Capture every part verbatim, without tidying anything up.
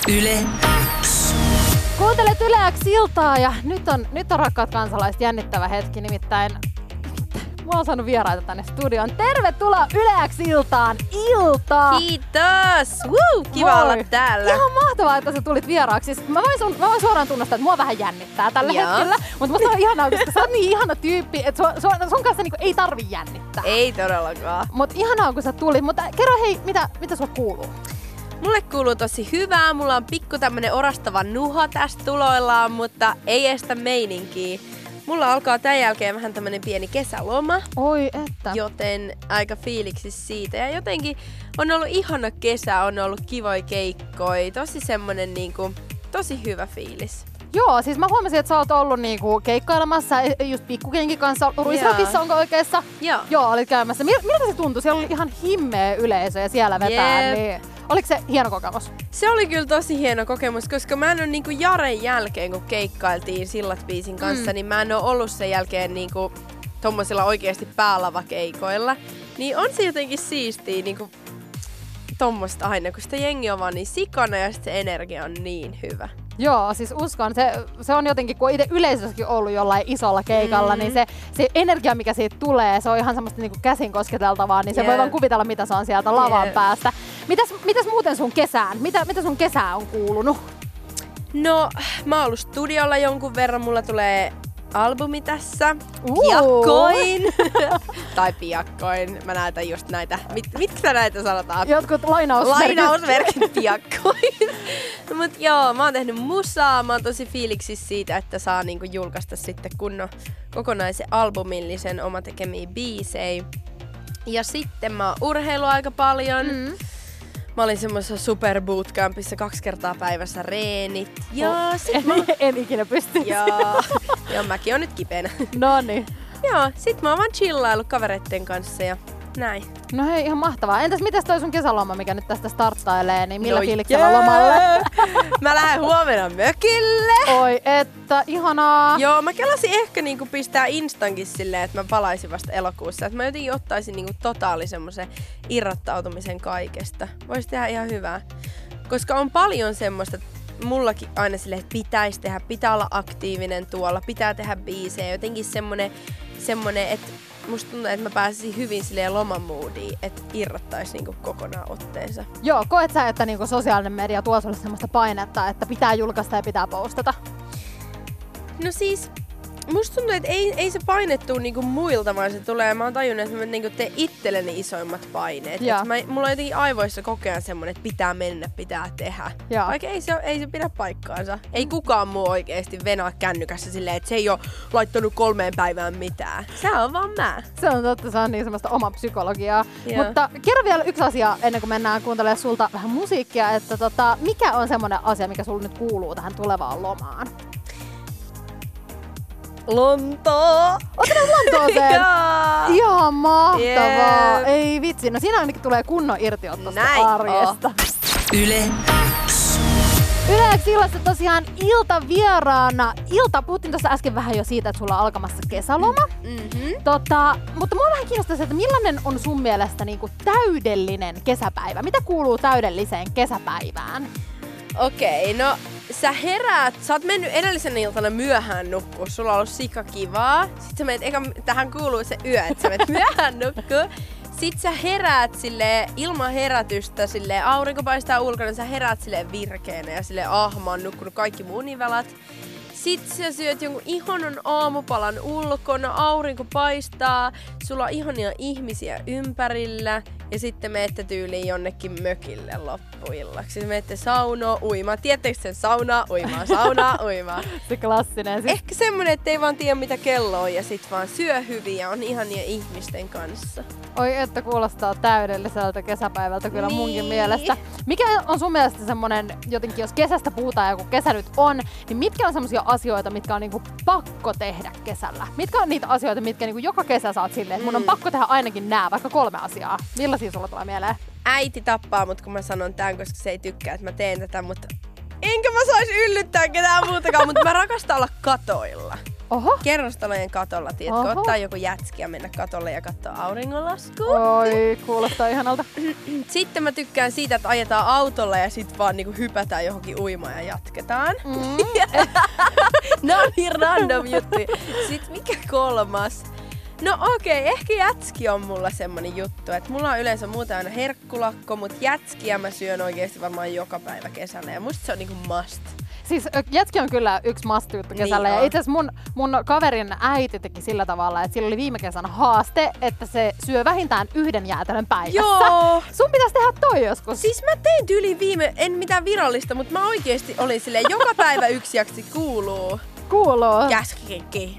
Yle X. Kuuntelet Yle X-iltaa ja nyt on, nyt on rakkaat kansalaiset jännittävä hetki, nimittäin mä oon saanut vieraita tänne studioon. Tervetuloa Yle X-iltaan! Ilta! Kiitos! Woo! Kiva Moi. olla täällä. Ihan mahtavaa, että sä tulit vieraaksi. Siis mä, voin sun, mä voin suoraan tunnustaa, että mua vähän jännittää tällä Joo. hetkellä. Mutta musta on ihanaa, koska sä oot niin ihana tyyppi, että sun, sun, sun kanssa niinku ei tarvi jännittää. Ei todellakaan. Mut ihanaa, kun sä tulit. Mutta kerro hei, mitä, mitä sulla kuuluu? Mulle kuuluu tosi hyvää. Mulla on pikku tämmönen orastava nuha tästä tuloillaan, mutta ei estä meininkiä. Mulla alkaa tämän jälkeen vähän tämmönen pieni kesäloma, Oi että. joten aika fiiliksis siitä. Ja jotenkin on ollut ihana kesä, on ollut kivoja keikkoja, tosi semmonen niinku, tosi hyvä fiilis. Joo, siis mä huomasin, että sä oot ollut niinku keikkailemassa just pikkukenkin kanssa. Ruisrockissa onko oikeassa? Joo. Joo, olit käymässä. Mil, miltä se tuntui? Siellä oli ihan himmeä yleisö ja siellä vetää. Jep. Niin. Oliko se hieno kokemus? Se oli kyllä tosi hieno kokemus, koska mä en ole niinku Jaren jälkeen, kun keikkailtiin Sillat-biisin kanssa, mm. niin mä en ole ollut sen jälkeen niinku tommosilla oikeesti päälavakeikoilla. Niin on se jotenkin siistiä niinku tommosta aina, kun sitä jengi on vaan niin sikana ja sit se energia on niin hyvä. Joo, siis uskon. Se, se on jotenkin, kun itse yleisössäkin ollut jollain isolla keikalla, mm. niin se, se energia, mikä siitä tulee, se on ihan semmoista niinku käsin kosketeltavaa, niin se Yeah. voi vaan kuvitella, mitä se on sieltä lavan Yeah. päästä. Mitäs, mitäs muuten sun kesään? Mitä, mitä sun kesään on kuulunut? No, mä oon ollut studiolla jonkun verran, mulla tulee albumi tässä. Uh. Piakkoin. tai piakkoin. Mä näytän just näitä. Mit, mitkä näitä sanotaan? Jotkut lainausmerkit. Lainausmerkit piakkoin. Mut joo, mä oon tehnyt musaa. Mä oon tosi fiiliksissä siitä, että saa niinku julkaista sitten kunnon kokonaisen albumillisen oma tekemiä biisejä. Ja sitten mä oon urheilu aika paljon. Mm. Mä olin semmosessa super bootcampissa kaksi kertaa päivässä reenit. Ja Oh, sit en, mä... en ikinä pysty. Joo. Joo, mäkin on nyt kipeänä. Noniin. Joo, sit mä oon vaan chillaillut kavereitten kanssa ja näin. No hei, ihan mahtavaa. Entäs mitäs toi sun kesäloma, mikä nyt tästä starttailee, niin millä No fiiliksellä jee! lomalle? Mä lähden huomenna mökille. Oi, että ihanaa. Joo, mä kelasin ehkä niinku pistää Instankin silleen, että mä palaisin vasta elokuussa. Että mä jotenkin ottaisin niinku totaali semmosen irrottautumisen kaikesta. Vois tehdä ihan hyvää. Koska on paljon semmoista, mullakin aina silleen, että pitäisi tehdä, pitää olla aktiivinen tuolla, pitää tehdä biisejä. Jotenkin semmonen, semmonen että musta tuntuu, että mä pääsisin hyvin silleen lomamoodiin, että irrottaisi niinku kokonaan otteensa. Joo, koet sä, että niinku sosiaalinen media tuo sulle semmoista painetta, että pitää julkaista ja pitää postata? No siis, musta tuntuu, että ei, ei se paine tuu niinku muilta, vaan se tulee. Mä oon tajunnut, että mä niinku teen itselleni isoimmat paineet. Et mä, mulla on jotenkin aivoissa koko ajan semmonen, että pitää mennä, pitää tehdä. Joo. Vaikka ei se, ei se pidä paikkaansa. Ei kukaan muu oikeesti venaa kännykässä silleen, että se ei oo laittanut kolmeen päivään mitään. Se on vaan mä. Se on totta, se on niin semmoista omaa psykologiaa. Joo. Mutta kerro vielä yksi asia ennen kuin mennään kuuntelemaan sulta vähän musiikkia, että tota, mikä on semmoinen asia, mikä sulle nyt kuuluu tähän tulevaan lomaan? Lontoo! Oot sä Lontooseen? Jaa. Ihan mahtavaa! Jep. Ei vitsi, no siinä ainakin tulee kunnon irtiot tosta Näin arjesta. Yle X. Yle X-illassa tosiaan iltavieraana. Ilta, puhuttiin tuossa äsken vähän jo siitä, että sulla on alkamassa kesäloma. Mm-hmm. Tota, mutta mua vähän kiinnostaisi, että millainen on sun mielestä niinku täydellinen kesäpäivä? Mitä kuuluu täydelliseen kesäpäivään? Okei, no sä heräät, sä oot mennyt edellisenä iltana myöhään nukkuu, sulla on ollut sika kivaa. Sitten sä menet, eka, tähän kuuluu se yö, että sä menet myöhään nukkuu. Sit sä heräät silleen ilman herätystä, silleen aurinko paistaa ulkona, sä heräät silleen virkeänä ja silleen ah, mä oon nukkunut kaikki mun univelat. Sit sä syöt jonkun ihanan aamupalan ulkona, aurinko paistaa, sulla on ihania ihmisiä ympärillä ja sitten menette tyyliin jonnekin mökille loppuillaksi. Sitten menette saunoa, uimaan. Tiedättekö sen saunaa, uimaan, saunaa, uimaan? Se klassinen. Siis Ehkä semmonen, ettei vaan tiedä mitä kello on ja sit vaan syö hyvin ja on ihania ihmisten kanssa. oi, että kuulostaa täydelliseltä kesäpäivältä kyllä munkin Niin. mielestä. Mikä on sun mielestä semmonen, jotenkin jos kesästä puhutaan ja kun kesä nyt on, niin mitkä on semmosia asioita, mitkä on niinku pakko tehdä kesällä? Mitkä on niitä asioita, mitkä niinku joka kesä saat silleen, että mun on Mm. pakko tehdä ainakin nää, vaikka kolme asiaa. Millaisia sulla tulee mieleen? Äiti tappaa mut kun mä sanon tän, koska se ei tykkää, että mä teen tätä, mutta enkä mä sais yllyttää ketään muutakaan, mutta mä rakastan olla katoilla. Oho. Kerrostalojen katolla, tiedätkö? Oho. Ottaa joku jätski ja mennä katolle ja katsoa auringonlaskua. Oi, kuulostaa ihanalta. Sitten mä tykkään siitä, että ajetaan autolla ja sit vaan niinku hypätään johonkin uimaan ja jatketaan. Mm. Ne on niin random juttu. Sitten mikä kolmas? No okei, okay, ehkä jätski on mulla semmonen juttu, että mulla on yleensä muuten aina herkkulakko, mut jätskiä mä syön oikeesti varmaan joka päivä kesällä ja musta se on niinku must. Siis ö, jätski on kyllä yksi must-juttu kesällä. Niin ja on. itse asiassa mun, mun kaverin äiti teki sillä tavalla, että sillä oli viime kesänä haaste, että se syö vähintään yhden jäätelön päivässä. Joo! Sun pitäisi tehdä toi joskus. Siis mä tein tyyliin viime, en mitään virallista, mutta mä oikeesti olin silleen, joka päivä yksi jaksi kuuluu. Kuuluu. Jäski.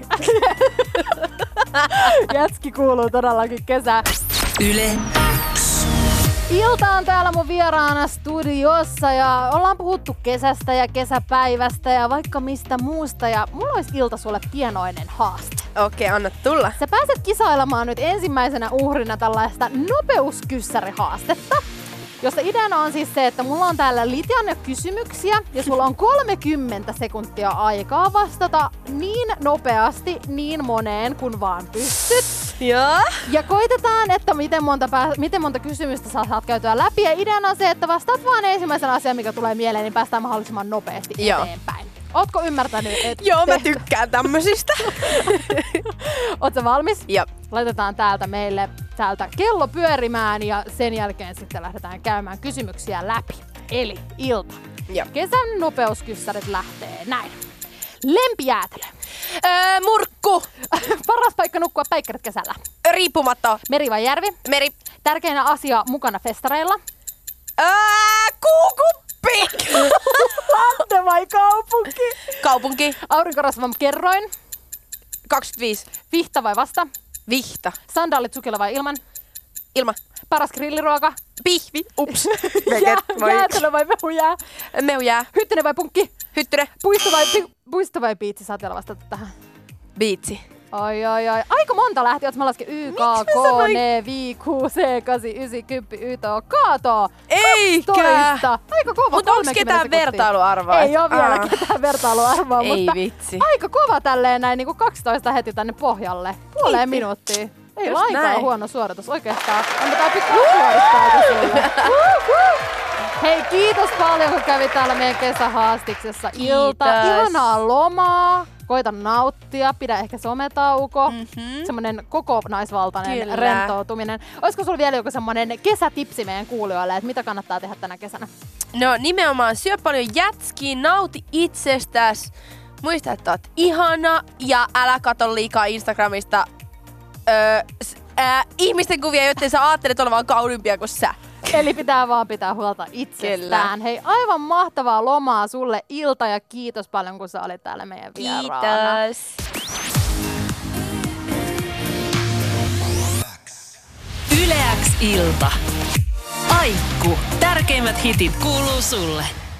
Jätski kuuluu todellakin kesään. Yle X. Ilta on täällä mun vieraana studiossa ja ollaan puhuttu kesästä ja kesäpäivästä ja vaikka mistä muusta. Ja mulla olisi Ilta sulle pienoinen haaste. Okei, okay, anna tulla. Sä pääset kisailemaan nyt ensimmäisenä uhrina tällaista nopeuskyssärihaastetta, jossa ideana on siis se, että mulla on täällä litianne kysymyksiä ja sulla on kolmekymmentä sekuntia aikaa vastata niin nopeasti, niin moneen kuin vaan pystyt. Joo. Ja koitetaan, että miten monta, pää- miten monta kysymystä sä saat käytyä läpi. Ja ideana on se, että vastaat vaan ensimmäisen asian, mikä tulee mieleen, niin päästään mahdollisimman nopeasti Joo. eteenpäin. Ootko ymmärtänyt? Et Joo, mä te- tykkään tämmöisistä. Ootko valmis? Joo. Laitetaan täältä meille täältä kello pyörimään ja sen jälkeen sitten lähdetään käymään kysymyksiä läpi. Eli Ilta. Joo. Kesän nopeuskyssärit lähtee näin. Lempijäätelö. Öö, murkku. Paras paikka nukkua päikkärit kesällä. Riippumatta. Meri vai järvi? Meri. Tärkein asia mukana festareilla. Öö, kuukuppi. Lante vai kaupunki? Kaupunki. Aurinkorasvan kerroin. kaksikymmentäviisi. Vihta vai vasta? Vihta. Sandaalit sukilla vai ilman? Ilma. Paras grilliruoka. Pihvi. Ups. Jää, jäätelö vai mehujää? Mehujää. Hyttynen vai punkki? Hyttyne. Puisto vai, pi, puisto vai biitsi? Saat vielä vastata tähän. Biitsi. Ai ai ai. Aika monta lähti, jos mä lasken Y, K, K, N, V, Q, C, kahdeksan, yhdeksän, kymmenen, Y, T, Kaato. Eikä. Toista. Aika kova. Mutta onks kolmekymmentä ketään sekuntia. vertailuarvoa? Ei oo vielä Aa. ketään vertailuarvoa, Ei mutta vitsi. aika kova tälleen näin niinku kaksitoista heti tänne pohjalle. Puoleen minuuttia. Ei Just lainkaan näin. huono suoritus oikeastaan. Annetaan pikku aplodit sulle. Hei, kiitos paljon, kun kävit täällä meidän kesähaastiksessa. Ilta. Kiitos. Ihanaa lomaa. Koita nauttia, pidä ehkä sometauko. Mhm. Semmoinen kokonaisvaltainen Kyllä. rentoutuminen. Olisiko sulla vielä joku semmoinen kesätipsi meidän kuulijoille, että mitä kannattaa tehdä tänä kesänä? No nimenomaan syö paljon jätskiä, nauti itsestäs. Muista, että oot ihana ja älä katso liikaa Instagramista öö, s- ää, ihmisten kuvia, jottei sä ajattelet olevan kauniimpia kuin sä. Eli pitää vaan pitää huolta itsestään. Kyllä. Hei, aivan mahtavaa lomaa sulle Ilta ja kiitos paljon, kun sä olit täällä meidän vieraana. Kiitos. Yle X ilta. Aikku. Tärkeimmät hitit kuuluu sulle.